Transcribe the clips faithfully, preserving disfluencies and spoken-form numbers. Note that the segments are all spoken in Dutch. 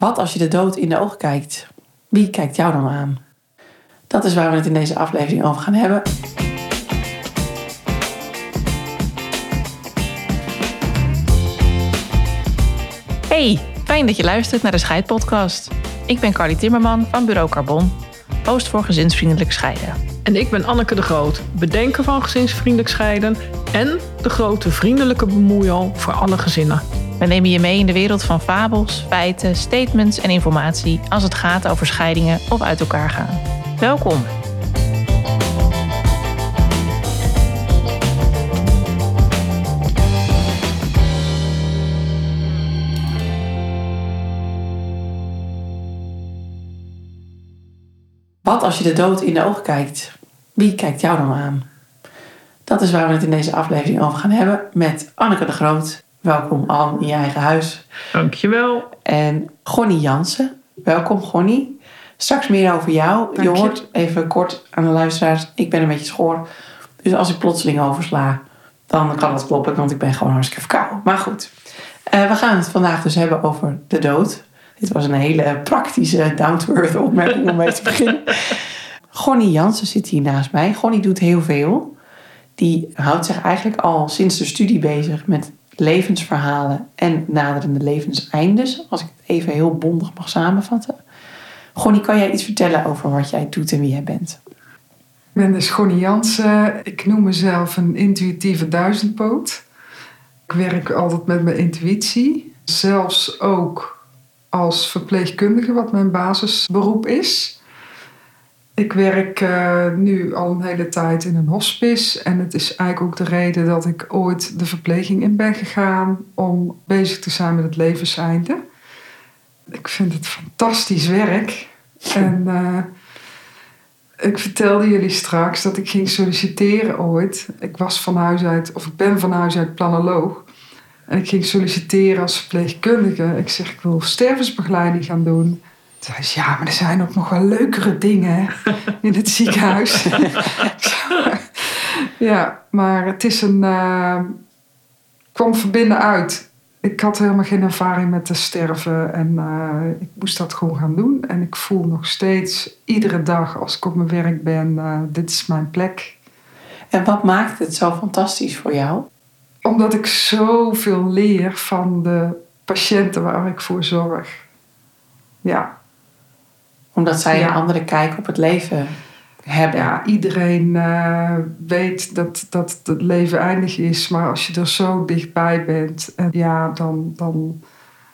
Wat als je de dood in de ogen kijkt? Wie kijkt jou dan aan? Dat is waar we het in deze aflevering over gaan hebben. Hey, fijn dat je luistert naar de Scheidpodcast. Ik ben Carly Timmerman van Bureau Carbon, host voor Gezinsvriendelijk Scheiden. En ik ben Anneke de Groot, bedenker van Gezinsvriendelijk Scheiden en de grote vriendelijke bemoeial voor alle gezinnen. We nemen je mee in de wereld van fabels, feiten, statements en informatie als het gaat over scheidingen of uit elkaar gaan. Welkom! Wat als je de dood in de ogen kijkt? Wie kijkt jou dan aan? Dat is waar we het in deze aflevering over gaan hebben met Anneke de Groot. Welkom Anne in je eigen huis. Dankjewel. En Gonnie Jansen. Welkom Gonnie. Straks meer over jou. Dank je. Je hoort even kort aan de luisteraars. Ik ben een beetje schoor. Dus als ik plotseling oversla, dan kan dat kloppen. Want ik ben gewoon hartstikke verkouden. Maar goed. Uh, we gaan het vandaag dus hebben over de dood. Dit was een hele praktische down-to-earth opmerking om mee te beginnen. Gonnie Jansen zit hier naast mij. Gonnie doet heel veel. Die houdt zich eigenlijk al sinds de studie bezig met levensverhalen en naderende levenseindes. Als ik het even heel bondig mag samenvatten. Gonnie, kan jij iets vertellen over wat jij doet en wie jij bent? Ik ben dus Gonnie Jansen. Ik noem mezelf een intuïtieve duizendpoot. Ik werk altijd met mijn intuïtie. Zelfs ook als verpleegkundige, wat mijn basisberoep is. Ik werk uh, nu al een hele tijd in een hospice. En het is eigenlijk ook de reden dat ik ooit de verpleging in ben gegaan om bezig te zijn met het levenseinde. Ik vind het fantastisch werk. En uh, ik vertelde jullie straks dat ik ging solliciteren ooit. Ik was van huis uit, of ik ben van huis uit planoloog. En ik ging solliciteren als verpleegkundige. Ik zeg, ik wil stervensbegeleiding gaan doen. Toen zei ze, ja, maar er zijn ook nog wel leukere dingen in het ziekenhuis. Ja, maar het is een... Uh, kwam van binnenuit. Ik had helemaal geen ervaring met te sterven. En uh, ik moest dat gewoon gaan doen. En ik voel nog steeds, iedere dag als ik op mijn werk ben, uh, dit is mijn plek. En wat maakt het zo fantastisch voor jou? Omdat ik zoveel leer van de patiënten waar ik voor zorg. Ja. Omdat zij ja. een andere kijk op het leven hebben. Ja, iedereen uh, weet dat, dat het leven eindig is. Maar als je er zo dichtbij bent, en ja, dan, dan...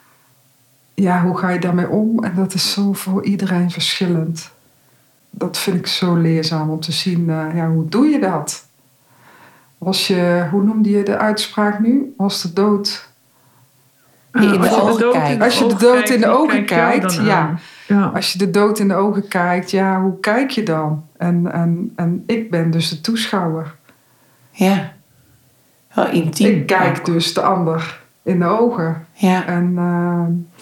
Ja, hoe ga je daarmee om? En dat is zo voor iedereen verschillend. Dat vind ik zo leerzaam om te zien. Uh, ja, hoe doe je dat? Als je, hoe noemde je de uitspraak nu? Als de dood... Die in de als, ogen je de kijkt. als je de dood in de ogen kijk kijkt, ja. ja. Als je de dood in de ogen kijkt, ja, hoe kijk je dan? En, en, en ik ben dus de toeschouwer. Ja, wel intiem. Ik kijk dus de ander in de ogen. Ja. En uh,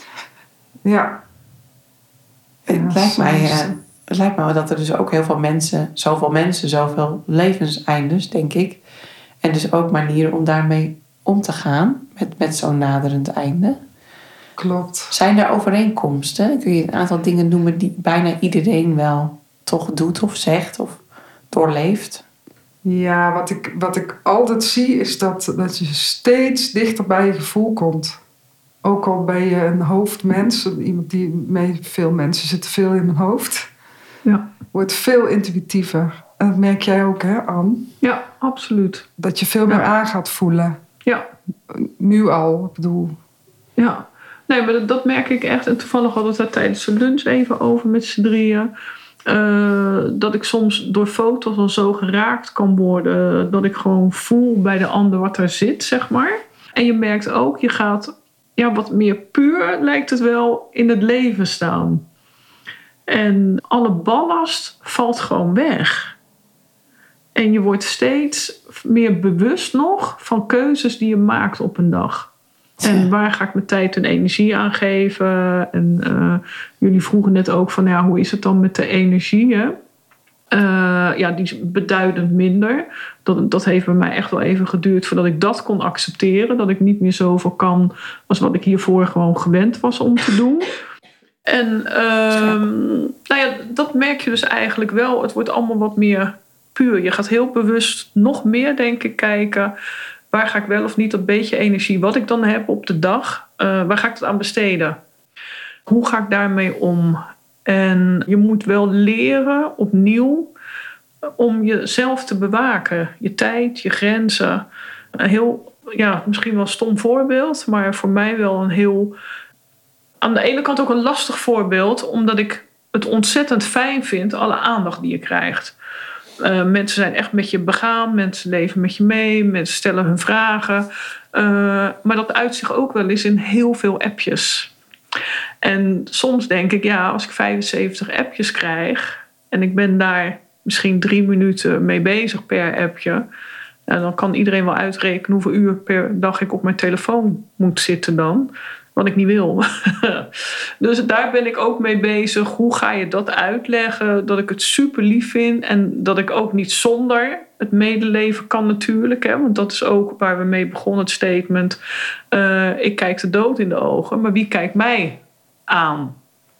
ja. Het, ja, lijkt mij, uh, soms... het lijkt me dat er dus ook heel veel mensen, zoveel mensen, zoveel levenseindes, denk ik. En dus ook manieren om daarmee om te gaan, met, met zo'n naderend einde. Klopt. Zijn er overeenkomsten? Kun je een aantal dingen noemen die bijna iedereen wel toch doet of zegt of doorleeft? Ja, wat ik, wat ik altijd zie is dat, dat je steeds dichter bij je gevoel komt. Ook al ben je een hoofdmens, iemand die mee, veel mensen zitten veel in hun hoofd, Ja. wordt veel intuïtiever. En dat merk jij ook, hè, Anne? Ja, absoluut. Dat je veel meer Ja. aan gaat voelen. Ja. Nu al, ik bedoel. Ja. Nee, maar dat, dat merk ik echt. En toevallig hadden we het daar tijdens de lunch even over met z'n drieën. Uh, dat ik soms door foto's al zo geraakt kan worden. Dat ik gewoon voel bij de ander wat er zit, zeg maar. En je merkt ook, je gaat ja, wat meer puur, lijkt het wel, in het leven staan. En alle ballast valt gewoon weg. En je wordt steeds meer bewust nog van keuzes die je maakt op een dag. En waar ga ik mijn tijd en energie aan geven? En uh, jullie vroegen net ook van, ja, hoe is het dan met de energie? Hè? Uh, ja, die is beduidend minder. Dat, dat heeft bij mij echt wel even geduurd voordat ik dat kon accepteren. Dat ik niet meer zoveel kan als wat ik hiervoor gewoon gewend was om te doen. En um, nou ja, dat merk je dus eigenlijk wel. Het wordt allemaal wat meer puur. Je gaat heel bewust nog meer, denk ik, kijken. Waar ga ik wel of niet dat beetje energie wat ik dan heb op de dag, uh, waar ga ik het aan besteden? Hoe ga ik daarmee om? En je moet wel leren opnieuw om jezelf te bewaken. Je tijd, je grenzen. Een heel, ja, misschien wel een stom voorbeeld, maar voor mij wel een heel... Aan de ene kant ook een lastig voorbeeld, omdat ik het ontzettend fijn vind, alle aandacht die je krijgt. Uh, mensen zijn echt met je begaan, mensen leven met je mee, mensen stellen hun vragen. Uh, maar dat uit zich ook wel eens in heel veel appjes. En soms denk ik, ja, als ik vijfenzeventig appjes krijg en ik ben daar misschien drie minuten mee bezig per appje, nou, dan kan iedereen wel uitrekenen hoeveel uur per dag ik op mijn telefoon moet zitten dan. Wat ik niet wil. Dus daar ben ik ook mee bezig. Hoe ga je dat uitleggen? Dat ik het super lief vind. En dat ik ook niet zonder het medeleven kan natuurlijk. Hè? Want dat is ook waar we mee begonnen, het statement. Uh, ik kijk de dood in de ogen. Maar wie kijkt mij aan?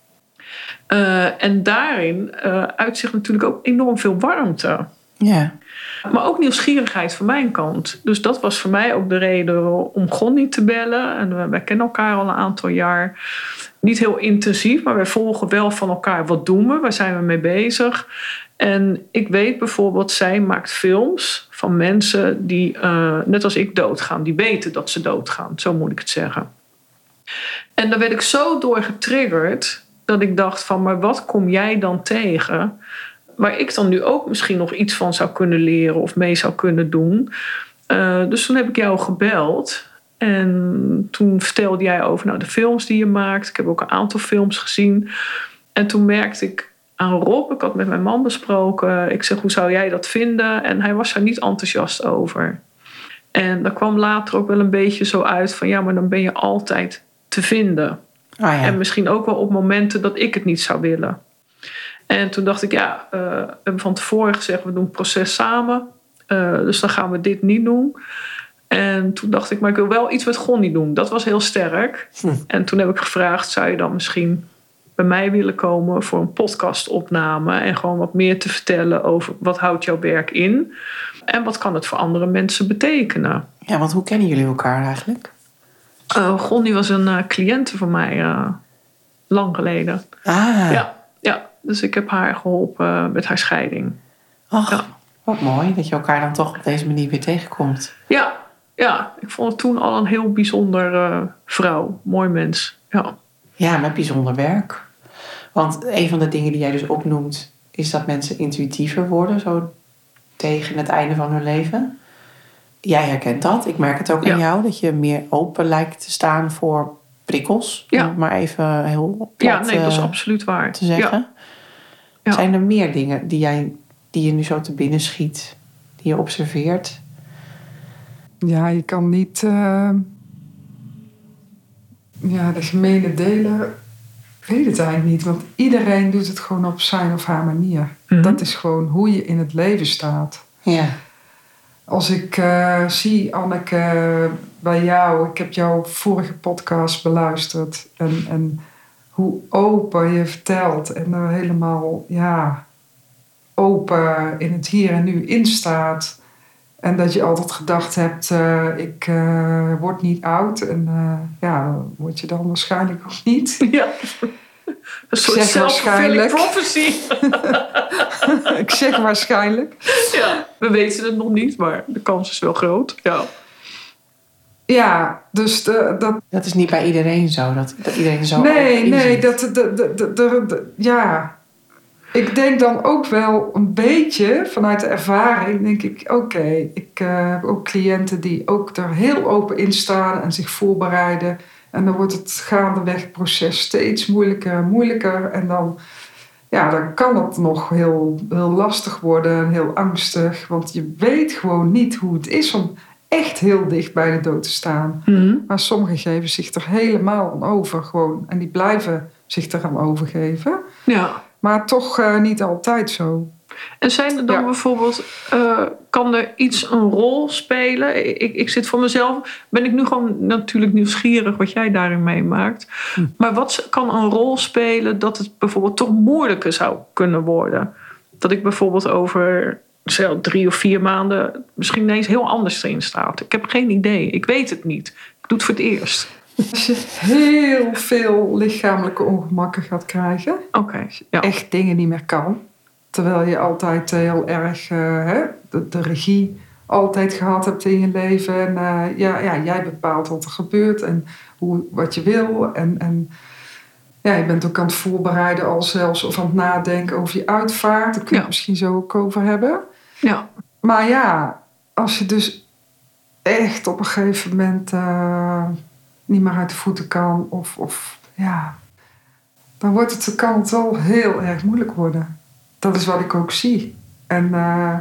Uh, en daarin uh, uitzicht natuurlijk ook enorm veel warmte. Ja. Maar ook nieuwsgierigheid van mijn kant. Dus dat was voor mij ook de reden om Gonnie te bellen. En wij kennen elkaar al een aantal jaar. Niet heel intensief, maar wij volgen wel van elkaar. Wat doen we? Waar zijn we mee bezig? En ik weet bijvoorbeeld, zij maakt films van mensen die uh, net als ik doodgaan. Die weten dat ze doodgaan. Zo moet ik het zeggen. En daar werd ik zo door getriggerd dat ik dacht van, maar wat kom jij dan tegen waar ik dan nu ook misschien nog iets van zou kunnen leren of mee zou kunnen doen. Uh, dus toen heb ik jou gebeld. En toen vertelde jij over nou, de films die je maakt. Ik heb ook een aantal films gezien. En toen merkte ik aan Rob, ik had met mijn man besproken. Ik zeg, hoe zou jij dat vinden? En hij was er niet enthousiast over. En daar kwam later ook wel een beetje zo uit van, ja, maar dan ben je altijd te vinden. Oh ja. En misschien ook wel op momenten dat ik het niet zou willen. En toen dacht ik, ja, uh, we hebben van tevoren gezegd, we doen het proces samen. Uh, dus dan gaan we dit niet doen. En toen dacht ik, maar ik wil wel iets met Gonnie doen. Dat was heel sterk. Hm. En toen heb ik gevraagd, zou je dan misschien bij mij willen komen voor een podcastopname en gewoon wat meer te vertellen over wat houdt jouw werk in en wat kan het voor andere mensen betekenen. Ja, want hoe kennen jullie elkaar eigenlijk? Uh, Gonnie was een uh, cliënte van mij uh, lang geleden. Ah. Ja, ja, dus ik heb haar geholpen uh, met haar scheiding. Ach, ja. Wat mooi dat je elkaar dan toch op deze manier weer tegenkomt. Ja, ja, ik vond het toen al een heel bijzonder uh, vrouw. Mooi mens. Ja. Ja, met bijzonder werk. Want een van de dingen die jij dus opnoemt is dat mensen intuïtiever worden, zo tegen het einde van hun leven. Jij herkent dat. Ik merk het ook ja. aan jou, dat je meer open lijkt te staan voor prikkels. Ja. Om het maar even heel plat ja, nee, dat is absoluut waar. te zeggen. Ja. Ja. Zijn er meer dingen die, jij, die je nu zo te binnen schiet, die je observeert? Ja, je kan niet uh, ja, de gemene delen. Ik weet het eigenlijk niet, want iedereen doet het gewoon op zijn of haar manier. Mm-hmm. Dat is gewoon hoe je in het leven staat. Ja. Als ik uh, zie, Anneke, bij jou, ik heb jouw vorige podcast beluisterd en, en hoe open je vertelt en er helemaal ja, open in het hier en nu in staat. En dat je altijd gedacht hebt, uh, ik uh, word niet oud. En uh, ja, word je dan waarschijnlijk ook niet. Ja, een soort self-fulfilling prophecy. Ik zeg waarschijnlijk. Ja, we weten het nog niet, maar de kans is wel groot. Ja, ja dus de, dat... Dat is niet bij iedereen zo, dat, dat iedereen zo Nee, nee, dat... De, de, de, de, de, ja... Ik denk dan ook wel een beetje vanuit de ervaring, denk ik, oké, okay, ik uh, heb ook cliënten die ook er heel open in staan en zich voorbereiden. En dan wordt het gaandeweg proces steeds moeilijker en moeilijker. En dan, ja, dan kan het nog heel, heel lastig worden en heel angstig. Want je weet gewoon niet hoe het is om echt heel dicht bij de dood te staan. Mm-hmm. Maar sommigen geven zich er helemaal aan over gewoon. En die blijven zich eraan overgeven. Ja. Maar toch uh, niet altijd zo. En zijn er dan Ja. bijvoorbeeld, uh, kan er iets een rol spelen? Ik, ik zit voor mezelf, ben ik nu gewoon natuurlijk nieuwsgierig wat jij daarin meemaakt. Hm. Maar wat kan een rol spelen dat het bijvoorbeeld toch moeilijker zou kunnen worden? Dat ik bijvoorbeeld over zeg, drie of vier maanden misschien ineens heel anders erin staat. Ik heb geen idee, ik weet het niet. Ik doe het voor het eerst. Als je heel veel lichamelijke ongemakken gaat krijgen. Oké. Okay, ja. Echt dingen niet meer kan. Terwijl je altijd heel erg uh, hè, de, de regie altijd gehad hebt in je leven. En uh, ja, ja, jij bepaalt wat er gebeurt en hoe, wat je wil. En, en ja, je bent ook aan het voorbereiden al zelfs of aan het nadenken over je uitvaart. Daar kun je ja. het misschien zo ook over hebben. Ja. Maar ja, als je dus echt op een gegeven moment uh, niet meer uit de voeten kan. Of, of ja, dan wordt het, kan het wel heel erg moeilijk worden. Dat is wat ik ook zie. En uh,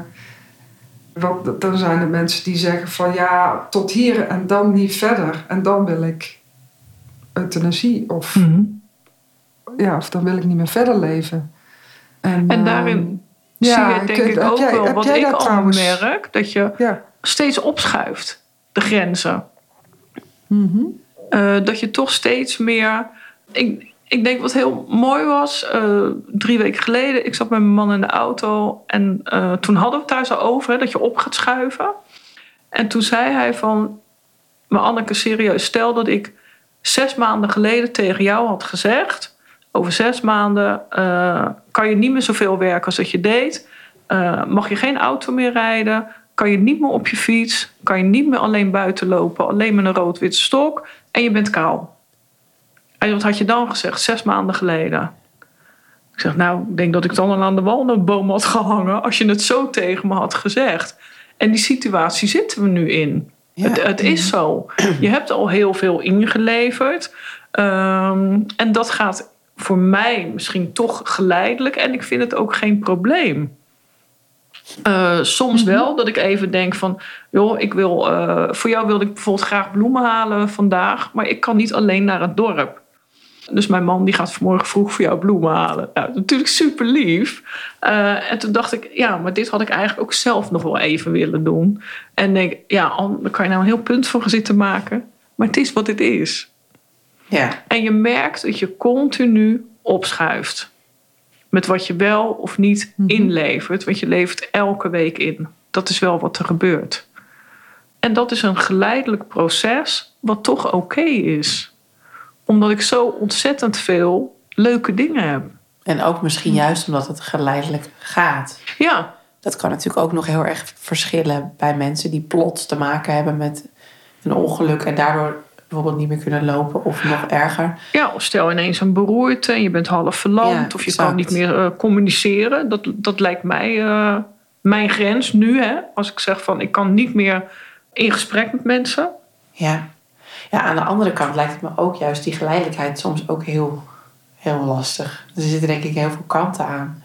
wat, dan zijn er mensen die zeggen van ja, tot hier en dan niet verder. En dan wil ik euthanasie. Of, mm-hmm. ja, of dan wil ik niet meer verder leven. En, en daarin um, zie ja, je denk ik, ik ook jij, wel wat ik al trouwens, merk. Dat je ja. steeds opschuift, de grenzen. Mm-hmm. Uh, dat je toch steeds meer... Ik, Ik denk wat heel mooi was, uh, drie weken geleden, ik zat met mijn man in de auto en uh, toen hadden we het daar zo over, hè, dat je op gaat schuiven. En toen zei hij van, maar Anneke, serieus, stel dat ik zes maanden geleden tegen jou had gezegd, over zes maanden uh, kan je niet meer zoveel werken als dat je deed, uh, mag je geen auto meer rijden, kan je niet meer op je fiets, kan je niet meer alleen buiten lopen, alleen met een rood-wit stok en je bent kaal. En wat had je dan gezegd, zes maanden geleden? Ik zeg, nou, ik denk dat ik dan al aan de walnootboom had gehangen als je het zo tegen me had gezegd. En die situatie zitten we nu in. Ja. Het, het is zo. Je hebt al heel veel ingeleverd. Um, en dat gaat voor mij misschien toch geleidelijk. En ik vind het ook geen probleem. Uh, soms mm-hmm. wel, dat ik even denk van... joh, ik wil, uh, voor jou wilde ik bijvoorbeeld graag bloemen halen vandaag... maar ik kan niet alleen naar het dorp. Dus mijn man die gaat vanmorgen vroeg voor jou bloemen halen. Nou, natuurlijk super lief. Uh, en toen dacht ik, ja, maar dit had ik eigenlijk ook zelf nog wel even willen doen. En denk, ja, dan kan je nou een heel punt van zitten maken. Maar het is wat het is. Ja. En je merkt dat je continu opschuift. Met wat je wel of niet mm-hmm. inlevert. Want je levert elke week in. Dat is wel wat er gebeurt. En dat is een geleidelijk proces wat toch oké okay is. Omdat ik zo ontzettend veel leuke dingen heb. En ook misschien juist omdat het geleidelijk gaat. Ja. Dat kan natuurlijk ook nog heel erg verschillen bij mensen die plots te maken hebben met een ongeluk en daardoor bijvoorbeeld niet meer kunnen lopen of nog erger. Ja, of stel ineens een beroerte en je bent half verlamd ja, of je exact. kan niet meer uh, communiceren. Dat, dat lijkt mij uh, mijn grens nu. Hè? Als ik zeg van ik kan niet meer in gesprek met mensen. Ja. Ja, aan de andere kant lijkt het me ook juist die geleidelijkheid soms ook heel, heel lastig. Er zitten denk ik heel veel kanten aan.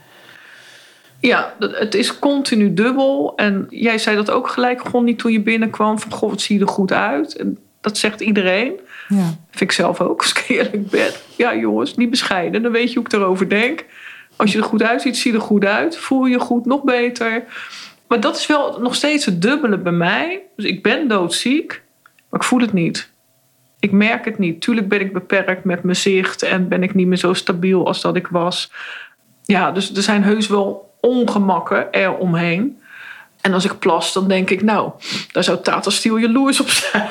Ja, het is continu dubbel. En jij zei dat ook gelijk, Gonnie, toen je binnenkwam. Van, goh, wat zie je er goed uit. En dat zegt iedereen. Ja. Vind ik zelf ook, als ik eerlijk ben. Ja, jongens, niet bescheiden. Dan weet je hoe ik erover denk. Als je er goed uitziet, zie je er goed uit. Voel je je goed, nog beter. Maar dat is wel nog steeds het dubbele bij mij. Dus ik ben doodziek, maar ik voel het niet. Ik merk het niet. Tuurlijk ben ik beperkt met mijn zicht en ben ik niet meer zo stabiel als dat ik was. Ja, dus er zijn heus wel ongemakken eromheen. En als ik plas, dan denk ik, nou, daar zou Tata Steel jaloers op zijn.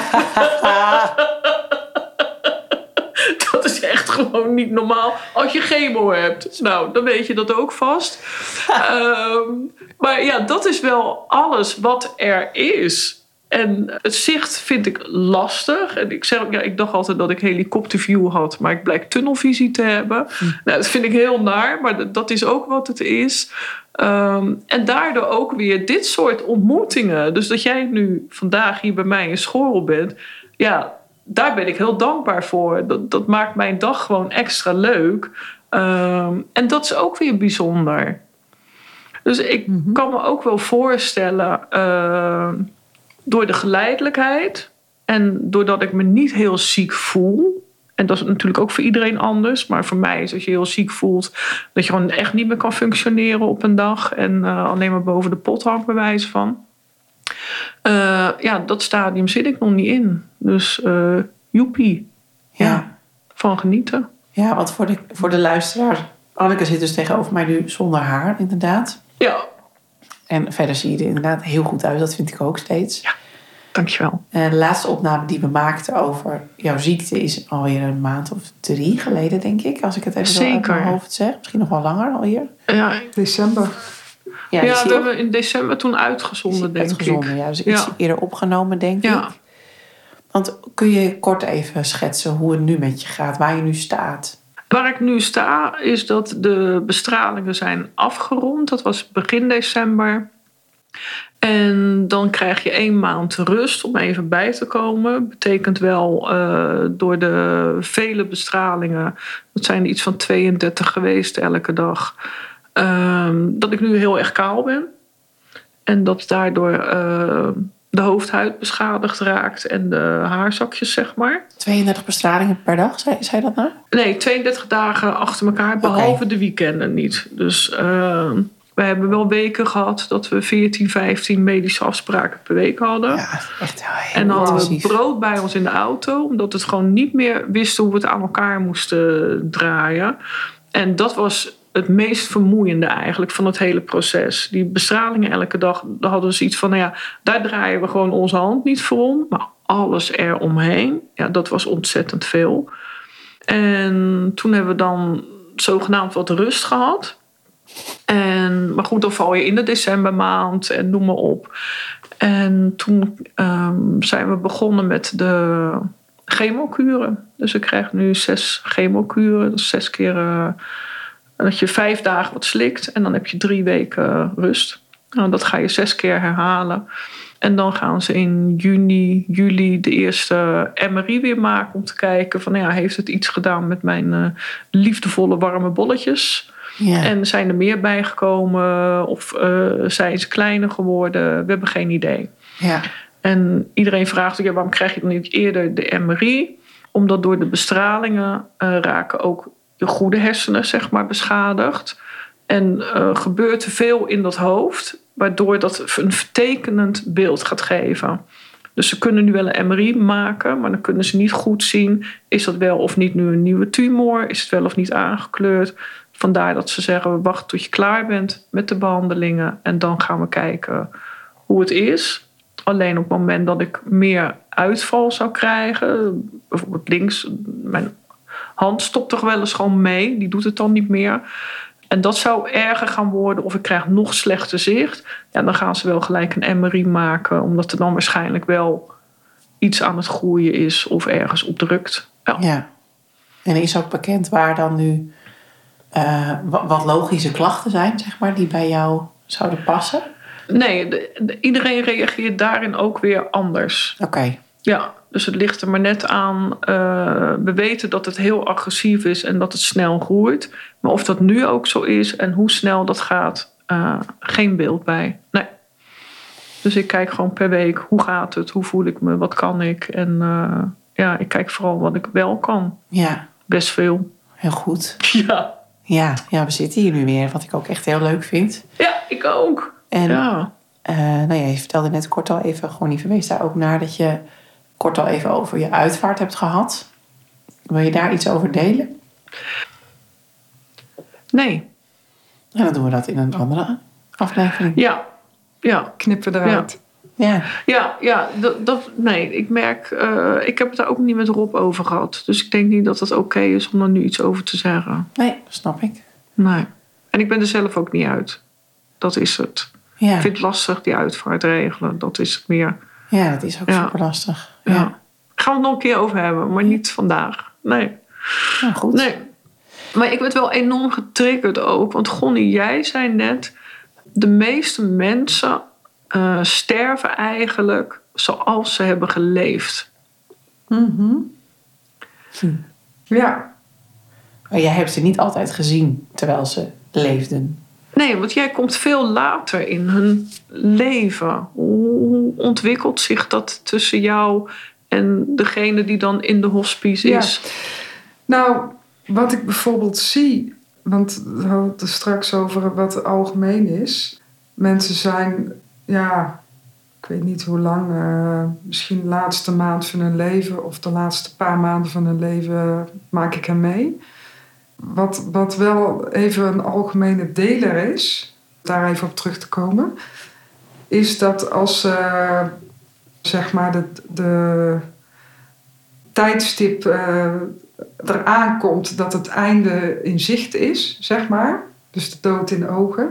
Dat is echt gewoon niet normaal. Als je chemo hebt, nou, dan weet je dat ook vast. um, maar ja, dat is wel alles wat er is. En het zicht vind ik lastig. En ik, zeg, ja, ik dacht altijd dat ik helikopterview had, maar ik blijk tunnelvisie te hebben. Hm. Nou, dat vind ik heel naar, maar dat is ook wat het is. Um, en daardoor ook weer dit soort ontmoetingen. Dus dat jij nu vandaag hier bij mij in Schorrel bent, ja, daar ben ik heel dankbaar voor. Dat, dat maakt mijn dag gewoon extra leuk. Um, en dat is ook weer bijzonder. Dus ik mm-hmm. kan me ook wel voorstellen, Uh, door de geleidelijkheid en doordat ik me niet heel ziek voel En dat is natuurlijk ook voor iedereen anders. Maar voor mij is als je heel ziek voelt, dat je gewoon echt niet meer kan functioneren op een dag. En uh, alleen maar boven de pot hangt bij wijze van. Uh, ja, dat stadium zit ik nog niet in. Dus uh, joepie. Ja. ja. Van genieten. Ja, want voor de, voor de luisteraar. Anneke zit dus tegenover mij nu zonder haar, inderdaad. Ja. En verder zie je er inderdaad heel goed uit. Dat vind ik ook steeds. Ja, dankjewel. En de laatste opname die we maakten over jouw ziekte is alweer een maand of drie geleden, denk ik. Als ik het even Zeker. zo uit mijn hoofd zeg. Misschien nog wel langer alweer. Ja, december. Ja, ja we hebben in december toen uitgezonden, denk uitgezonden, ik. Ja, dus iets ja. eerder opgenomen, denk ja. ik. Want kun je kort even schetsen hoe het nu met je gaat, waar je nu staat? Waar ik nu sta is dat de bestralingen zijn afgerond. Dat was begin december. En dan krijg je één maand rust om even bij te komen. Betekent wel uh, door de vele bestralingen, dat zijn er iets van tweeëndertig geweest elke dag, uh, dat ik nu heel erg kaal ben. En dat daardoor uh, de hoofdhuid beschadigd raakt en de haarzakjes, zeg maar. tweeëndertig bestralingen per dag, zei, zei dat nou? Nee, tweeëndertig dagen achter elkaar, behalve okay. de weekenden niet. Dus uh, we hebben wel weken gehad dat we veertien, vijftien medische afspraken per week hadden. Ja, echt heel en dan hadden intensief. we brood bij ons in de auto, omdat we het gewoon niet meer wisten hoe we het aan elkaar moesten draaien. En dat was het meest vermoeiende eigenlijk van het hele proces. Die bestralingen elke dag, daar hadden we zoiets van, nou ja, daar draaien we gewoon onze hand niet voor om. Maar alles eromheen, ja, dat was ontzettend veel. En toen hebben we dan zogenaamd wat rust gehad. En, maar goed, dan val je in de decembermaand en noem maar op. En toen um, zijn we begonnen met de chemokuren. Dus ik krijg nu zes chemokuren. Dat is zes keer uh, dat je vijf dagen wat slikt. En dan heb je drie weken rust. Nou, dat ga je zes keer herhalen. En dan gaan ze in juni, juli de eerste M R I weer maken om te kijken van, ja, heeft het iets gedaan met mijn uh, liefdevolle warme bolletjes? Ja. En zijn er meer bijgekomen of uh, zijn ze kleiner geworden? We hebben geen idee. Ja. En iedereen vraagt, ja, waarom krijg je dan niet eerder de M R I? Omdat door de bestralingen uh, raken ook de goede hersenen, zeg maar, beschadigd. En uh, gebeurt er veel in dat hoofd, waardoor dat een vertekenend beeld gaat geven. Dus ze kunnen nu wel een M R I maken, maar dan kunnen ze niet goed zien, is dat wel of niet nu een nieuwe tumor? Is het wel of niet aangekleurd? Vandaar dat ze zeggen, we wachten tot je klaar bent met de behandelingen en dan gaan we kijken hoe het is. Alleen op het moment dat ik meer uitval zou krijgen, bijvoorbeeld links, mijn hand stopt toch wel eens gewoon mee, die doet het dan niet meer. En dat zou erger gaan worden of ik krijg nog slechter zicht. Ja, dan gaan ze wel gelijk een M R I maken, omdat er dan waarschijnlijk wel iets aan het groeien is of ergens op drukt. Ja. Ja. En is ook bekend waar dan nu uh, wat logische klachten zijn, zeg maar, die bij jou zouden passen? Nee, de, de, iedereen reageert daarin ook weer anders. Oké. Okay. Ja, dus het ligt er maar net aan. Uh, we weten dat het heel agressief is en dat het snel groeit. Maar of dat nu ook zo is en hoe snel dat gaat, uh, geen beeld bij. Nee. Dus ik kijk gewoon per week, hoe gaat het, hoe voel ik me, wat kan ik. En uh, ja, ik kijk vooral wat ik wel kan. Ja. Best veel. Heel goed. Ja. Ja, ja, we zitten hier nu weer, wat ik ook echt heel leuk vind. Ja, ik ook. En ja. uh, nou ja, je vertelde net kort al even, gewoon niet verwees daar ook naar, dat je kort al even over je uitvaart hebt gehad. Wil je daar iets over delen? Nee. En dan doen we dat in een andere aflevering. Ja. Ja. Knippen eruit. Ja. Ja, ja, ja dat, dat, nee, ik merk, uh, ik heb het daar ook niet met Rob over gehad. Dus ik denk niet dat het oké okay is om er nu iets over te zeggen. Nee, dat snap ik. Nee. En ik ben er zelf ook niet uit. Dat is het. Ja. Ik vind het lastig, die uitvaart regelen. Dat is het meer. Ja, dat is ook ja. super lastig. Ja. Ja. Gaan we het nog een keer over hebben, maar niet vandaag. Nee. Nou, goed. Nee. Maar ik werd wel enorm getriggerd ook. Want Gonnie, jij zei net, de meeste mensen uh, sterven eigenlijk zoals ze hebben geleefd. Mm-hmm. Hm. Ja. Maar jij hebt ze niet altijd gezien terwijl ze leefden. Nee, want jij komt veel later in hun leven. Hoe ontwikkelt zich dat tussen jou en degene die dan in de hospice is? Ja. Nou, wat ik bijvoorbeeld zie, want we hadden het er straks over wat algemeen is. Mensen zijn, ja, ik weet niet hoe lang, uh, misschien de laatste maand van hun leven of de laatste paar maanden van hun leven maak ik hen mee. Wat, wat wel even een algemene deler is, daar even op terug te komen, is dat als uh, zeg maar de, de tijdstip uh, eraan komt dat het einde in zicht is, zeg maar, dus de dood in de ogen,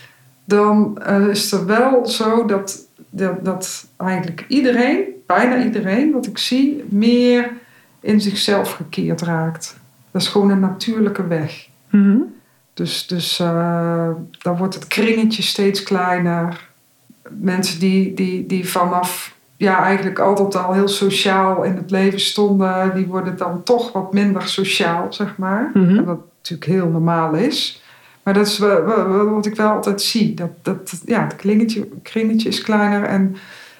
dan uh, is er wel zo dat, dat, dat eigenlijk iedereen, bijna iedereen wat ik zie, meer in zichzelf gekeerd raakt. Dat is gewoon een natuurlijke weg. Mm-hmm. Dus, dus uh, dan wordt het kringetje steeds kleiner. Mensen die, die, die vanaf ja, eigenlijk altijd al heel sociaal in het leven stonden, die worden dan toch wat minder sociaal, zeg maar. Mm-hmm. En wat natuurlijk heel normaal is. Maar dat is wat ik wel altijd zie. Dat, dat, ja, het kringetje, kringetje is kleiner en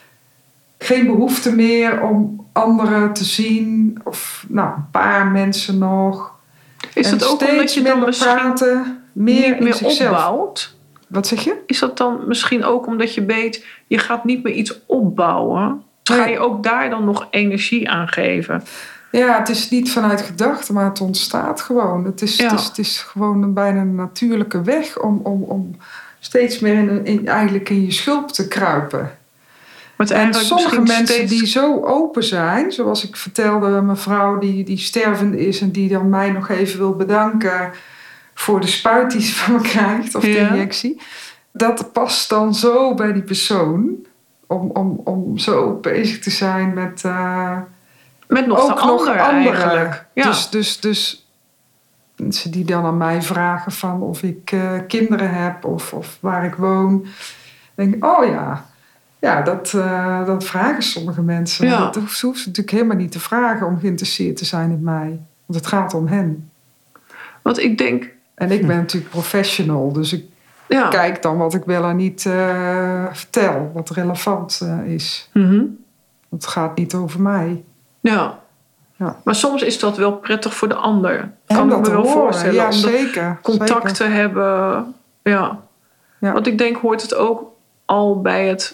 geen behoefte meer om anderen te zien. Of nou, een paar mensen nog. Is en het ook omdat je dan misschien praten, meer niet meer in zichzelf. opbouwt? Wat zeg je? Is dat dan misschien ook omdat je weet, je gaat niet meer iets opbouwen? Dus ga je ook daar dan nog energie aan geven? Ja, het is niet vanuit gedachten, maar het ontstaat gewoon. Het is, Ja. het is, het is gewoon een bijna een natuurlijke weg om, om, om steeds meer in, in, eigenlijk in je schulp te kruipen. Maar En sommige mensen steeds... die zo open zijn, zoals ik vertelde, een mevrouw die, die stervende is en die dan mij nog even wil bedanken voor de spuit die ze van me krijgt, of de Ja. injectie. Dat past dan zo bij die persoon, om, om, om zo bezig te zijn met... Uh, Met nog ook de ander nog andere. eigenlijk. Ja. Dus, dus, dus mensen die dan aan mij vragen van of ik uh, kinderen heb of, of waar ik woon. Denk ik, oh ja, ja dat, uh, dat vragen sommige mensen. Ja. Dat hoeft ze natuurlijk helemaal niet te vragen om geïnteresseerd te zijn in mij. Want het gaat om hen. Want ik denk... En ik ben natuurlijk professional, dus ik Ja. kijk dan wat ik wel en niet uh, vertel, wat relevant uh, is. Mm-hmm. Het gaat niet over mij. Ja. Ja. Maar soms is dat wel prettig voor de ander. En Kan ik dat me wel horen. voorstellen. Ja, om zeker. contact zeker. te hebben. Ja. Ja. Want ik denk, hoort het ook al bij het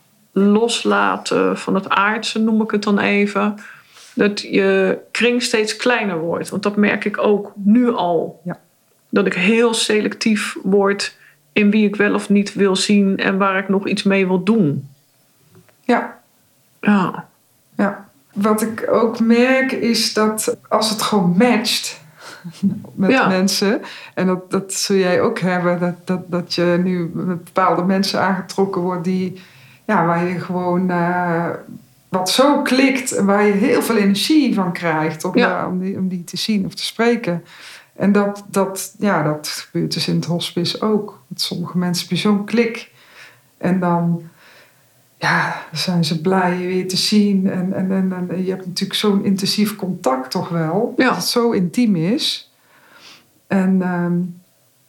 loslaten van het aardse, noem ik het dan even. Dat je kring steeds kleiner wordt. Want dat merk ik ook nu al. Ja. Dat ik heel selectief word in wie ik wel of niet wil zien en waar ik nog iets mee wil doen. Ja. Ja. Ja. Wat ik ook merk is dat als het gewoon matcht met Ja. mensen, en dat, dat zul jij ook hebben, dat, dat, dat je nu met bepaalde mensen aangetrokken wordt die, ja, waar je gewoon uh, wat zo klikt en waar je heel veel energie van krijgt om, Ja. uh, om, die, om die te zien of te spreken. En dat, dat, ja, dat gebeurt dus in het hospice ook. Met sommige mensen heb je zo'n klik en dan... Ja, dan zijn ze blij je weer te zien. En, en, en, en je hebt natuurlijk zo'n intensief contact toch wel. Ja. Dat het zo intiem is. En um,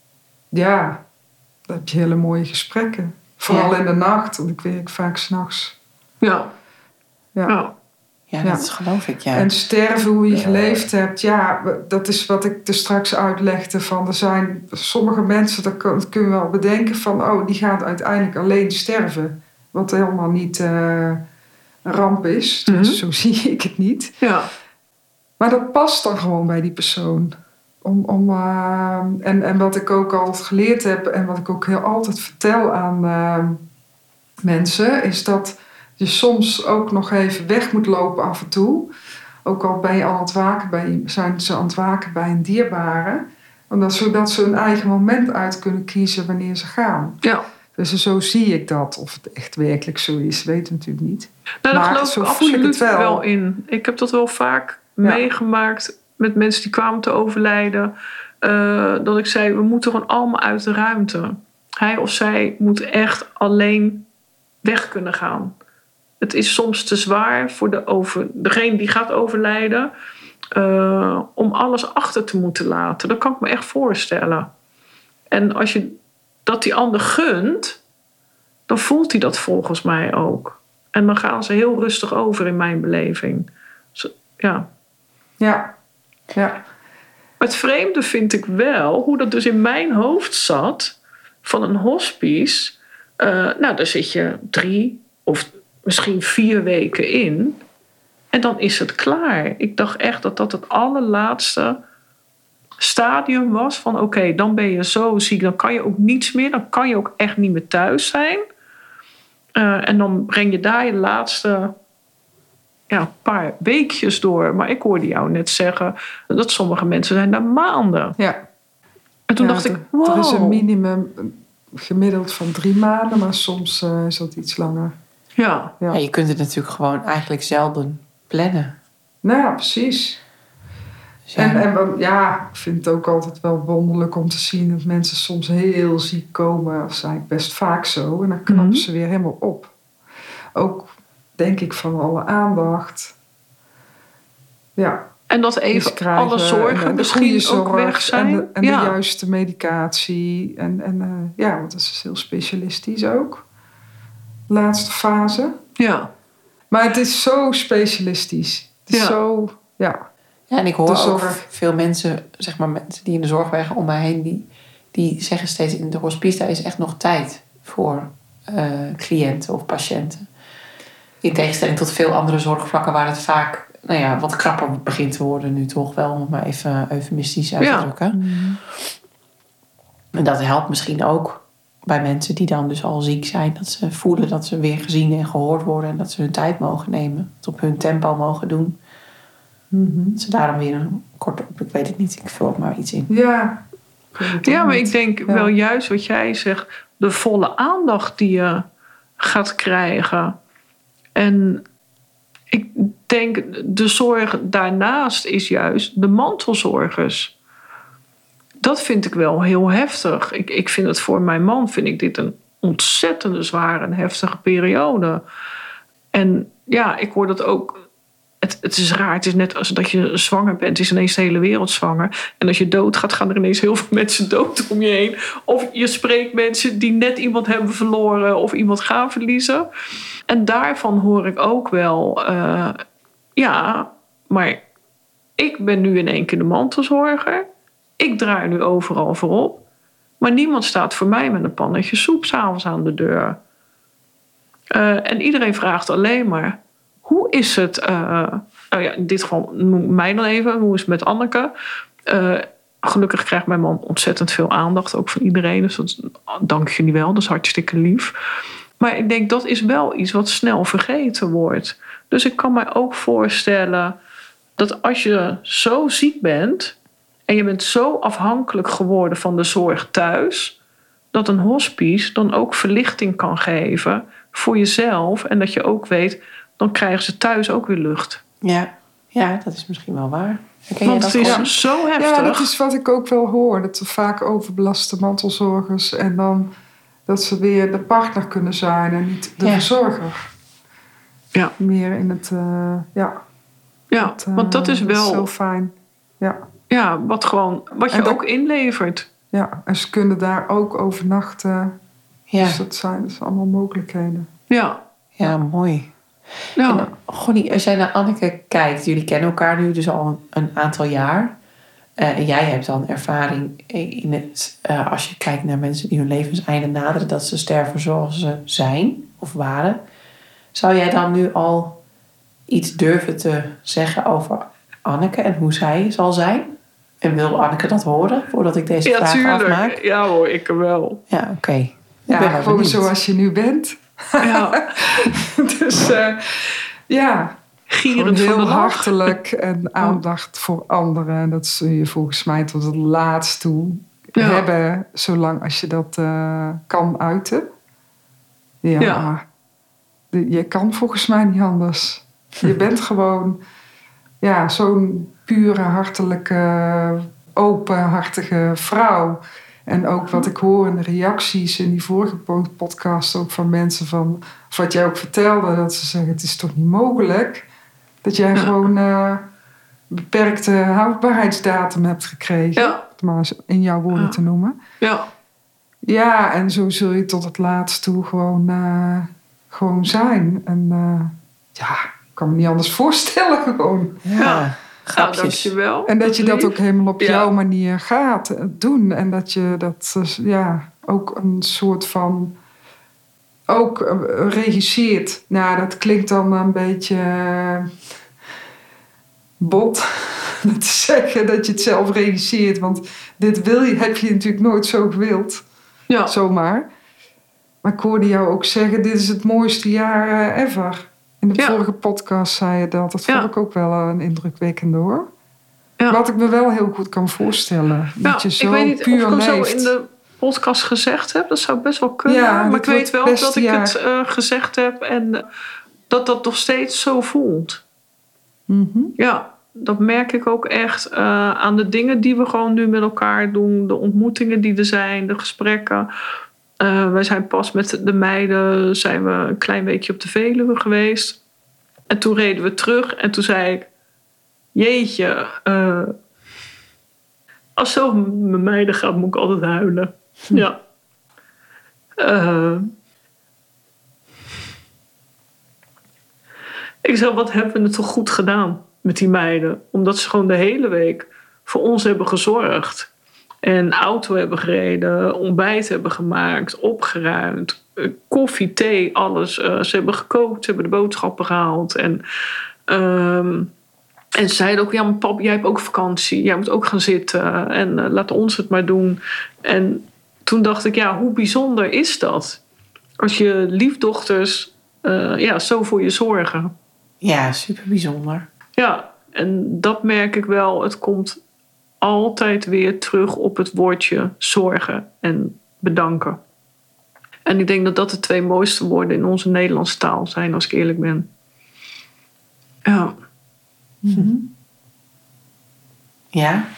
ja, dan heb je hele mooie gesprekken. Vooral Ja. in de nacht, want ik werk vaak 's nachts. Ja. Ja. Ja. Ja, Ja. dat geloof ik, ja. En sterven, hoe je geleefd hebt. Ja, dat is wat ik er straks uitlegde. Van, er zijn sommige mensen, dat kun je wel bedenken van... oh, die gaat uiteindelijk alleen sterven. Wat helemaal niet uh, een ramp is. Dus Mm-hmm. zo zie ik het niet. Ja. Maar dat past dan gewoon bij die persoon. Om, om, uh, en, en wat ik ook altijd geleerd heb... en wat ik ook heel altijd vertel aan uh, mensen... is dat je soms ook nog even weg moet lopen af en toe. Ook al ben je aan het waken bij, zijn ze aan het waken bij een dierbare. Omdat, zodat ze hun eigen moment uit kunnen kiezen wanneer ze gaan. Ja. Dus zo zie ik dat. Of het echt werkelijk zo is, weet ik natuurlijk niet. Nou, daar Maar geloof zo ik voel ik absoluut het wel. wel in. Ik heb dat wel vaak meegemaakt met mensen die kwamen te overlijden. Uh, dat ik zei, we moeten gewoon allemaal uit de ruimte. Hij of zij moet echt alleen weg kunnen gaan. Het is soms te zwaar voor de over, degene die gaat overlijden... Uh, om alles achter te moeten laten. Dat kan ik me echt voorstellen. En als je dat die ander gunt... dan voelt hij dat volgens mij ook. En dan gaan ze heel rustig over in mijn beleving. Zo, ja. Ja. Ja. Het vreemde vind ik wel, hoe dat dus in mijn hoofd zat van een hospice. Uh, nou, daar zit je drie of misschien vier weken in. En dan is het klaar. Ik dacht echt dat dat het allerlaatste stadium was van oké, okay, dan ben je zo ziek, dan kan je ook niets meer, dan kan je ook echt niet meer thuis zijn. Uh, en dan breng je daar je laatste ja, paar weekjes door. Maar ik hoorde jou net zeggen dat sommige mensen zijn daar maanden. Ja. En toen ja, dacht er, ik, wow. Er is een minimum gemiddeld van drie maanden, maar soms uh, is dat iets langer. Ja. Ja. Ja, je kunt het natuurlijk gewoon eigenlijk zelden plannen. Nou ja, precies. Dus ja. En, en ja, ik vind het ook altijd wel wonderlijk om te zien dat mensen soms heel ziek komen. Dat is eigenlijk best vaak zo. En dan knappen mm-hmm. ze weer helemaal op. Ook denk ik van alle aandacht. Ja. En dat even krijgen, alle zorgen en, en misschien zorg, ook weg zijn. En de, en ja. de juiste medicatie. En, en uh, ja, want dat is heel specialistisch ook. Laatste fase. Ja. Maar het is zo specialistisch. Het is ja. zo, ja. Ja, en ik hoor ook veel mensen, zeg maar mensen die in de zorg werken om mij heen, die, die zeggen steeds in de hospice, daar is echt nog tijd voor uh, cliënten of patiënten. In tegenstelling tot veel andere zorgvlakken waar het vaak nou ja, wat krapper begint te worden nu toch wel, om het maar even eufemistisch uit te ja. drukken. Mm. En dat helpt misschien ook bij mensen die dan dus al ziek zijn, dat ze voelen dat ze weer gezien en gehoord worden en dat ze hun tijd mogen nemen, het op hun tempo mogen doen. Mm-hmm. Dat ze daarom weer een korte, ik weet het niet, ik vul ook maar iets in. Ja, ja maar ik denk ja. wel juist wat jij zegt, de volle aandacht die je gaat krijgen. En ik denk de zorg daarnaast is juist de mantelzorgers. Dat vind ik wel heel heftig. Ik, ik vind het voor mijn man, vind ik dit een ontzettende zware en heftige periode. En ja, ik hoor dat ook. Het, het is raar, het is net als dat je zwanger bent, is ineens de hele wereld zwanger. En als je doodgaat, gaan er ineens heel veel mensen dood om je heen. Of je spreekt mensen die net iemand hebben verloren of iemand gaan verliezen. En daarvan hoor ik ook wel, uh, ja, maar ik ben nu in één keer de mantelzorger. Ik draai nu overal voorop. Maar niemand staat voor mij met een pannetje soep 's avonds aan de deur. Uh, en iedereen vraagt alleen maar, hoe is het, uh, nou ja, in dit geval noem mij dan even, hoe is het met Anneke? Uh, gelukkig krijgt mijn man ontzettend veel aandacht, ook van iedereen. Dus dat, dank jullie wel, dat is hartstikke lief. Maar ik denk, dat is wel iets wat snel vergeten wordt. Dus ik kan mij ook voorstellen dat als je zo ziek bent en je bent zo afhankelijk geworden van de zorg thuis, dat een hospice dan ook verlichting kan geven voor jezelf. En dat je ook weet, dan krijgen ze thuis ook weer lucht. Ja, ja dat is misschien wel waar. Herken Want het is ja. zo heftig. Ja, dat is wat ik ook wel hoor. Dat er vaak overbelaste mantelzorgers en dan dat ze weer de partner kunnen zijn en niet de ja. verzorger. Ja. Meer in het, uh, ja. Ja, het, uh, want dat is wel dat is zo fijn. Ja. Ja, wat gewoon, wat je en ook dat, inlevert. Ja, en ze kunnen daar ook overnachten. Ja. Dus dat zijn dus allemaal mogelijkheden. Ja. Ja, mooi. Ja. En, Gonnie, als jij naar Anneke kijkt, jullie kennen elkaar nu dus al een aantal jaar. Uh, en jij hebt dan ervaring in het, uh, als je kijkt naar mensen die hun levenseinde naderen, dat ze sterven zoals ze zijn of waren. Zou jij dan nu al iets durven te zeggen over Anneke en hoe zij zal zijn? En wil Anneke dat horen voordat ik deze ja, vraag tuurlijk. afmaak? Ja hoor, ik wel. Ja, oké. Okay. Ja, gewoon zoals je nu bent. Ja. dus uh, ja, gierend heel van de hartelijk en aandacht oh. voor anderen. En dat zul je volgens mij tot het laatst toe ja. hebben, zolang als je dat uh, kan uiten. Ja, ja. De, je kan volgens mij niet anders. Je bent gewoon ja, zo'n pure, hartelijke, openhartige vrouw. En ook wat ik hoor in de reacties in die vorige podcast ook van mensen van, of wat jij ook vertelde, dat ze zeggen, het is toch niet mogelijk dat jij ja. gewoon uh, beperkte houdbaarheidsdatum hebt gekregen. Ja. Maar in jouw woorden ja. te noemen. Ja. Ja, en zo zul je tot het laatst toe gewoon, uh, gewoon zijn. En uh, ja, ik kan me niet anders voorstellen gewoon. Ja. Nou, grapjes. dankjewel. En dat je dat lief. ook helemaal op Ja. jouw manier gaat doen. En dat je dat eh, ja, ook een soort van... ook eh, regisseert. Nou, dat klinkt dan een beetje eh, bot te zeggen dat je het zelf regisseert. Want dit wil je, heb je natuurlijk nooit zo gewild. Ja. Zomaar. Maar ik hoorde jou ook zeggen, dit is het mooiste jaar eh, ever. In de Ja. vorige podcast zei je dat. Dat Ja. vond ik ook wel een indrukwekkende hoor. Ja. Wat ik me wel heel goed kan voorstellen. Ja, dat je zo ik weet niet puur of ik hem zo leeft. in de podcast gezegd heb. Dat zou best wel kunnen. Ja, maar dit ik weet wordt wel best dat ik jaar. het uh, gezegd heb en uh, dat dat nog steeds zo voelt. Mhm. Ja, dat merk ik ook echt uh, aan de dingen die we gewoon nu met elkaar doen. De ontmoetingen die er zijn, de gesprekken. Uh, wij zijn pas met de meiden zijn we een klein weekje op de Veluwe geweest. En toen reden we terug en toen zei ik... Jeetje, uh, als het zo met meiden gaat, moet ik altijd huilen. Hm. Ja. Uh, ik zei, wat hebben we het toch goed gedaan met die meiden? Omdat ze gewoon de hele week voor ons hebben gezorgd. En auto hebben gereden, ontbijt hebben gemaakt, opgeruimd. Koffie, thee, alles. Uh, ze hebben gekookt, ze hebben de boodschappen gehaald. En... Uh, En ze zeiden ook, ja, maar pap, jij hebt ook vakantie. Jij moet ook gaan zitten. En uh, laat ons het maar doen. En toen dacht ik, ja, hoe bijzonder is dat? Als je liefdochters uh, ja, zo voor je zorgen. Ja, super bijzonder. Ja, en dat merk ik wel. Het komt altijd weer terug op het woordje zorgen en bedanken. En ik denk dat dat de twee mooiste woorden in onze Nederlandse taal zijn, als ik eerlijk ben. Ja. Mm-hmm. Ja.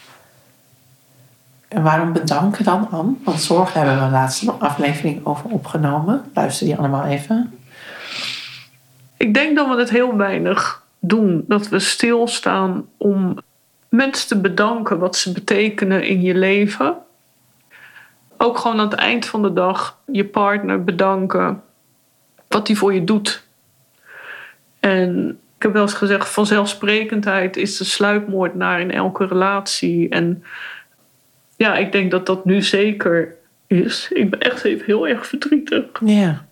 En waarom bedanken dan, Anne? Want zorg hebben we laatst een aflevering over opgenomen. Luister die allemaal even. Ik denk dat we het heel weinig doen. Dat we stilstaan om mensen te bedanken wat ze betekenen in je leven. Ook gewoon aan het eind van de dag je partner bedanken wat die voor je doet. En ik heb wel eens gezegd, vanzelfsprekendheid is de sluipmoordenaar in elke relatie. En ja, ik denk dat dat nu zeker is. Ik ben echt even heel erg verdrietig. Ja.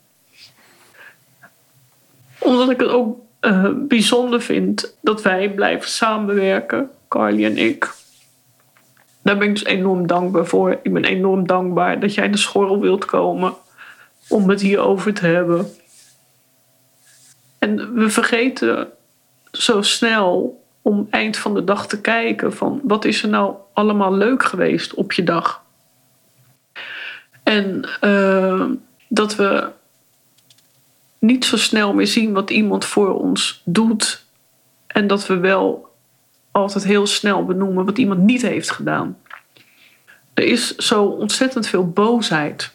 Omdat ik het ook uh, bijzonder vind dat wij blijven samenwerken, Carly en ik. Daar ben ik dus enorm dankbaar voor. Ik ben enorm dankbaar dat jij in de schorrel wilt komen om het hierover te hebben. En we vergeten zo snel om eind van de dag te kijken van wat is er nou allemaal leuk geweest op je dag. En uh, dat we niet zo snel meer zien wat iemand voor ons doet. En dat we wel altijd heel snel benoemen wat iemand niet heeft gedaan. Er is zo ontzettend veel boosheid.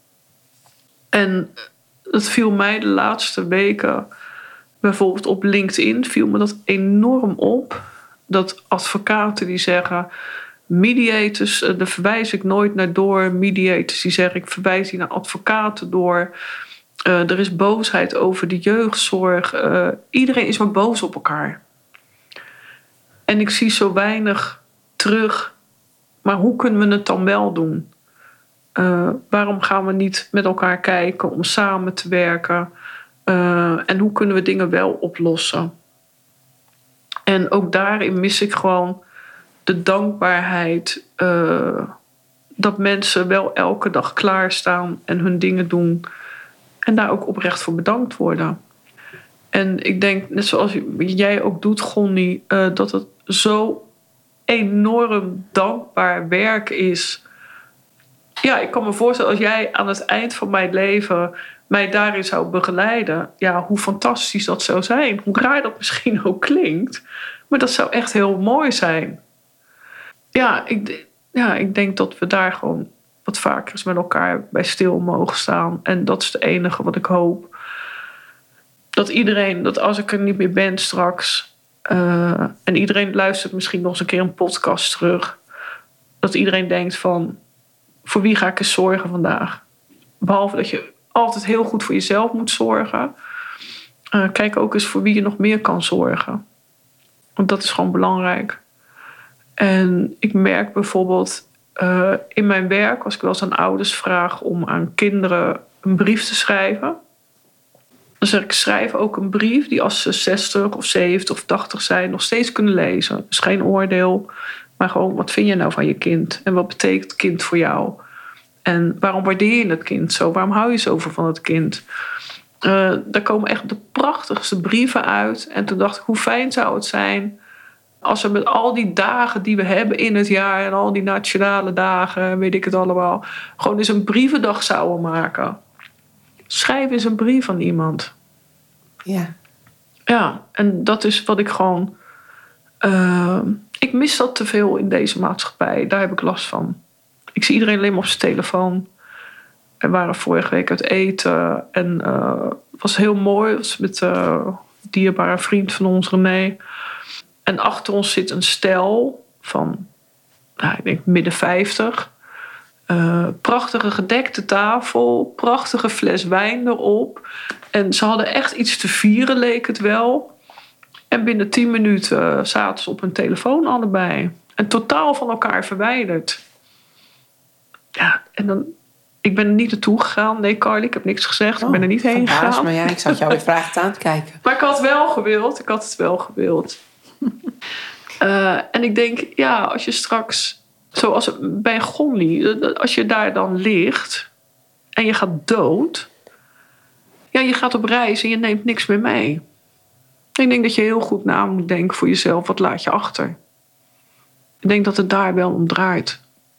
En het viel mij de laatste weken... Bijvoorbeeld op LinkedIn viel me dat enorm op. Dat advocaten die zeggen... mediators, daar verwijs ik nooit naar door. Mediators die zeggen, ik verwijs die naar advocaten door. Uh, er is boosheid over de jeugdzorg. Uh, iedereen is maar boos op elkaar. En ik zie zo weinig terug. Maar hoe kunnen we het dan wel doen? Uh, waarom gaan we niet met elkaar kijken om samen te werken... Uh, en hoe kunnen we dingen wel oplossen? En ook daarin mis ik gewoon de dankbaarheid... Uh, dat mensen wel elke dag klaarstaan en hun dingen doen... en daar ook oprecht voor bedankt worden. En ik denk, net zoals jij ook doet, Gonnie... Uh, dat het zo enorm dankbaar werk is. Ja, ik kan me voorstellen, als jij aan het eind van mijn leven... mij daarin zou begeleiden, ja, hoe fantastisch dat zou zijn. Hoe raar dat misschien ook klinkt. Maar dat zou echt heel mooi zijn. Ja, ik, ja, ik denk dat we daar gewoon wat vaker eens met elkaar bij stil mogen staan. En dat is het enige wat ik hoop. Dat iedereen, dat als ik er niet meer ben straks... Uh, en iedereen luistert misschien nog eens een keer een podcast terug... dat iedereen denkt van... voor wie ga ik eens zorgen vandaag? Behalve dat je... altijd heel goed voor jezelf moet zorgen. Uh, kijk ook eens voor wie je nog meer kan zorgen. Want dat is gewoon belangrijk. En ik merk bijvoorbeeld uh, in mijn werk, als ik wel eens aan ouders vraag om aan kinderen een brief te schrijven. Dan zeg ik, schrijf ook een brief die als ze zestig of zeventig of tachtig zijn nog steeds kunnen lezen. Dus geen oordeel, maar gewoon wat vind je nou van je kind? En wat betekent kind voor jou? En waarom waardeer je het kind zo? Waarom hou je zoveel van het kind? Uh, daar komen echt de prachtigste brieven uit. En toen dacht ik, hoe fijn zou het zijn als we met al die dagen die we hebben in het jaar en al die nationale dagen, weet ik het allemaal, gewoon eens een brievendag zouden maken. Schrijf eens een brief aan iemand. Ja. Ja, en dat is wat ik gewoon... Uh, ik mis dat te veel in deze maatschappij. Daar heb ik last van. Ik zie iedereen alleen maar op zijn telefoon. We waren vorige week uit eten. En uh, het was heel mooi. Het was met uh, een dierbare vriend van ons, René. En achter ons zit een stel van, nou, ik denk midden vijftig. Uh, prachtige gedekte tafel. Prachtige fles wijn erop. En ze hadden echt iets te vieren, leek het wel. En binnen tien minuten zaten ze op hun telefoon allebei. En totaal van elkaar verwijderd. Ja, en dan... Ik ben er niet naartoe gegaan. Nee, Carly, ik heb niks gezegd. Oh, ik ben er niet heen gegaan. Maar ja, ik zat jou weer vragen aan te kijken. Maar ik had het wel gewild. Ik had het wel gewild. uh, en ik denk, ja, als je straks... Zoals bij Gonly, als je daar dan ligt... en je gaat dood... Ja, je gaat op reis en je neemt niks meer mee. Ik denk dat je heel goed na moet denken voor jezelf. Wat laat je achter? Ik denk dat het daar wel om draait.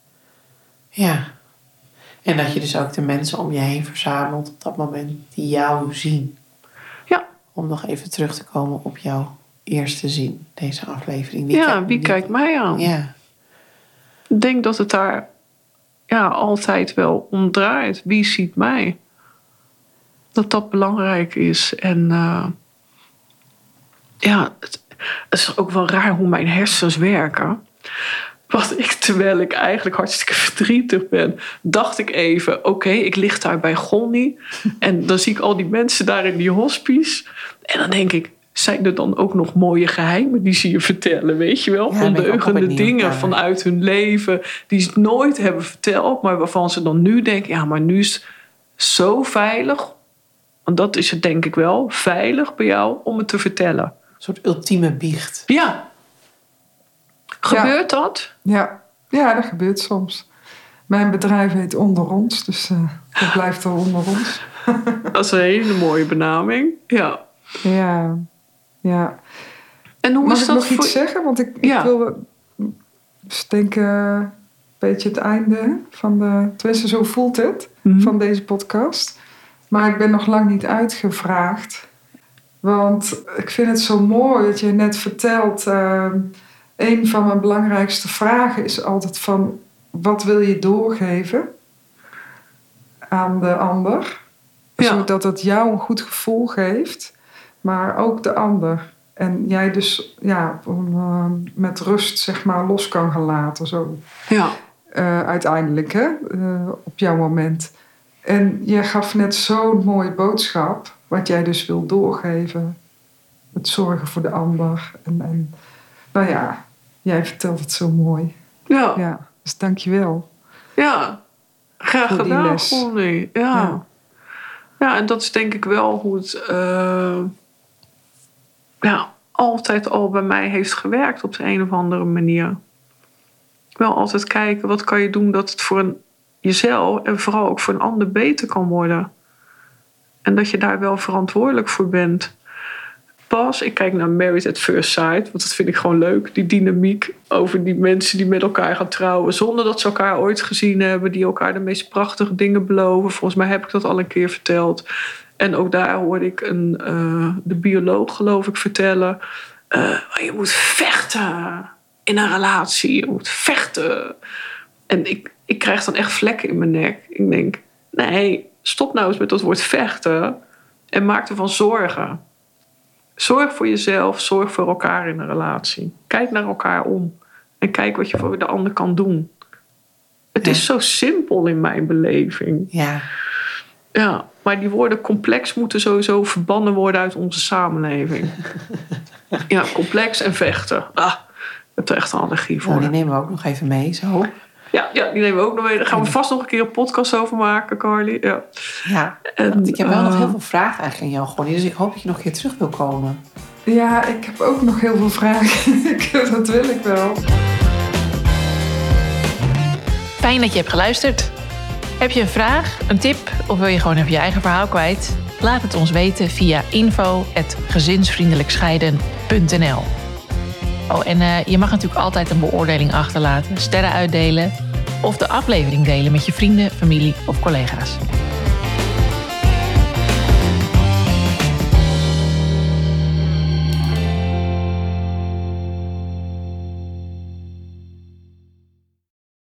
Ja. En dat je dus ook de mensen om je heen verzamelt op dat moment die jou zien. Ja. Om nog even terug te komen op jouw eerste zin, deze aflevering. Wie ja, kijkt, wie wie kijkt mij aan? Ja. Ik denk dat het daar ja, altijd wel om draait. Wie ziet mij? Dat dat belangrijk is. En uh, ja, het, het is ook wel raar hoe mijn hersens werken. Want ik, terwijl ik eigenlijk hartstikke verdrietig ben, dacht ik even, oké, okay, ik lig daar bij Gonny. En dan zie ik al die mensen daar in die hospice. En dan denk ik, zijn er dan ook nog mooie geheimen die ze je vertellen, weet je wel? Ja, ondeugende dingen vanuit hun leven die ze nooit hebben verteld, maar waarvan ze dan nu denken, ja, maar nu is het zo veilig. Want dat is het denk ik wel, veilig bij jou om het te vertellen. Een soort ultieme biecht. Ja. Gebeurt ja. dat? Ja. ja, dat gebeurt soms. Mijn bedrijf heet Onder Ons, dus uh, het blijft er onder ons. Dat is een hele mooie benaming. Ja. Ja, ja. En hoe Mag is ik dat nog voor... iets zeggen? Want ik, ja. ik wil dus denk uh, een beetje het einde van de... Tenminste, zo voelt het, mm-hmm. van deze podcast. Maar ik ben nog lang niet uitgevraagd. Want ik vind het zo mooi dat je net vertelt... Uh, een van mijn belangrijkste vragen is altijd van... Wat wil je doorgeven aan de ander? Ja. Zodat het jou een goed gevoel geeft, maar ook de ander. En jij dus ja, uh, met rust zeg maar los kan gaan laten. Zo. Ja. Uh, uiteindelijk, hè? Uh, op jouw moment. En jij gaf net zo'n mooie boodschap, wat jij dus wil doorgeven. Het zorgen voor de ander. En, en nou ja, jij vertelt het zo mooi. Ja. ja dus dank je wel. Ja, graag voor gedaan, Gonny. Ja. ja. Ja, en dat is denk ik wel hoe het uh, ja, altijd al bij mij heeft gewerkt op de een of andere manier. Wel altijd kijken, wat kan je doen dat het voor een, jezelf en vooral ook voor een ander beter kan worden. En dat je daar wel verantwoordelijk voor bent. Pas, ik kijk naar Married at First Sight, want dat vind ik gewoon leuk. Die dynamiek over die mensen die met elkaar gaan trouwen, zonder dat ze elkaar ooit gezien hebben, die elkaar de meest prachtige dingen beloven. Volgens mij heb ik dat al een keer verteld. En ook daar hoorde ik een, uh, de bioloog, geloof ik, vertellen. Uh, je moet vechten in een relatie. Je moet vechten. En ik, ik krijg dan echt vlekken in mijn nek. Ik denk, nee, stop nou eens met dat woord vechten. En maak ervan zorgen. Zorg voor jezelf, zorg voor elkaar in een relatie. Kijk naar elkaar om. En kijk wat je voor de ander kan doen. Het ja. is zo simpel in mijn beleving. Ja. Ja. Maar die woorden complex moeten sowieso verbannen worden uit onze samenleving. Ja, complex en vechten. Ah, ik heb er echt een allergie voor. Nou, die nemen we ook nog even mee, zo. Ja, ja, die nemen we ook nog mee. Daar gaan we vast nog een keer een podcast over maken, Carly. Ja, Ja, en, want ik heb wel uh, nog heel veel vragen eigenlijk aan jou, Gonnie. Dus ik hoop dat je nog een keer terug wil komen. Ja, ik heb ook nog heel veel vragen. Dat wil ik wel. Fijn dat je hebt geluisterd. Heb je een vraag, een tip of wil je gewoon even je eigen verhaal kwijt? Laat het ons weten via info at gezinsvriendelijkscheiden punt n l. Oh, en uh, je mag natuurlijk altijd een beoordeling achterlaten, sterren uitdelen of de aflevering delen met je vrienden, familie of collega's.